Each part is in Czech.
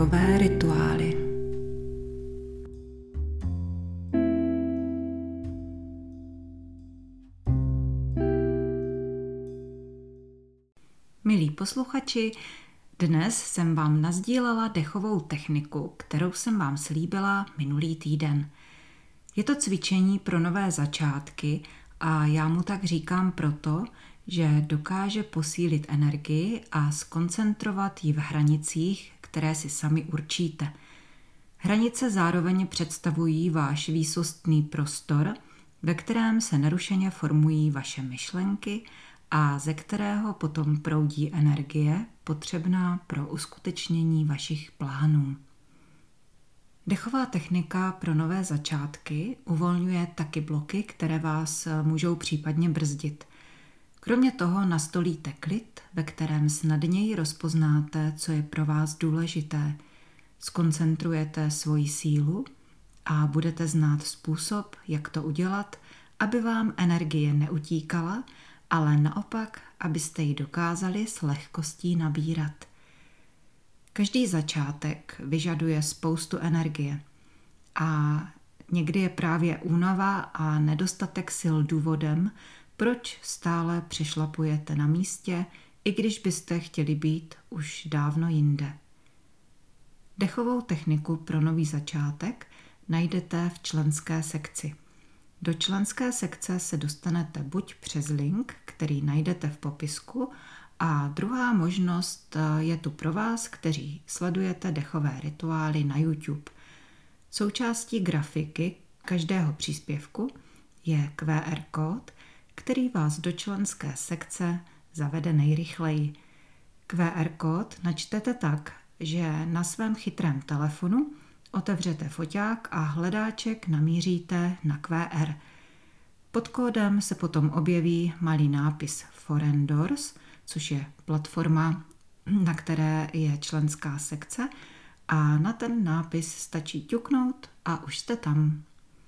Dechové rituály. Milí posluchači, dnes jsem vám nasdílela dechovou techniku, kterou jsem vám slíbila minulý týden. Je to cvičení pro nové začátky a já mu tak říkám proto, že dokáže posílit energii a zkoncentrovat ji v hranicích, které si sami určíte. Hranice zároveň představují váš výsostný prostor, ve kterém se nerušeně formují vaše myšlenky a ze kterého potom proudí energie potřebná pro uskutečnění vašich plánů. Dechová technika pro nové začátky uvolňuje taky bloky, které vás můžou případně brzdit. Kromě toho nastolíte klid, ve kterém snadněji rozpoznáte, co je pro vás důležité. Zkoncentrujete svoji sílu a budete znát způsob, jak to udělat, aby vám energie neutíkala, ale naopak, abyste ji dokázali s lehkostí nabírat. Každý začátek vyžaduje spoustu energie a někdy je právě únava a nedostatek sil důvodem, proč stále přešlapujete na místě, i když byste chtěli být už dávno jinde. Dechovou techniku pro nový začátek najdete v členské sekci. Do členské sekce se dostanete buď přes link, který najdete v popisku, a druhá možnost je tu pro vás, kteří sledujete dechové rituály na YouTube. Součástí grafiky každého příspěvku je QR kód, který vás do členské sekce zavede nejrychleji. QR kód načtete tak, že na svém chytrém telefonu otevřete foťák a hledáček namíříte na QR. Pod kódem se potom objeví malý nápis Foreign Doors, což je platforma, na které je členská sekce, a na ten nápis stačí ťuknout a už jste tam.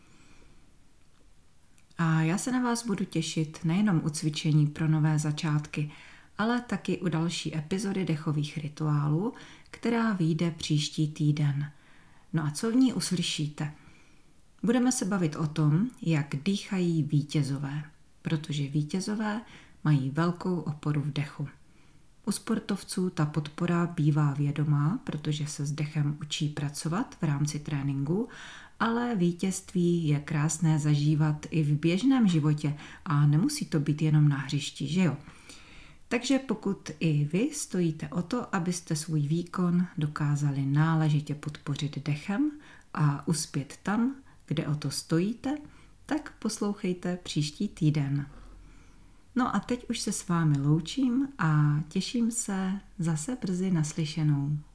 A já se na vás budu těšit nejenom u cvičení pro nové začátky, ale taky u další epizody dechových rituálů, která vyjde příští týden. No a co v ní uslyšíte? Budeme se bavit o tom, jak dýchají vítězové, protože vítězové mají velkou oporu v dechu. U sportovců ta podpora bývá vědomá, protože se s dechem učí pracovat v rámci tréninku, ale vítězství je krásné zažívat i v běžném životě a nemusí to být jenom na hřišti, že jo? Takže pokud i vy stojíte o to, abyste svůj výkon dokázali náležitě podpořit dechem a uspět tam, kde o to stojíte, tak poslouchejte příští týden. No a teď už se s vámi loučím a těším se zase brzy naslyšenou.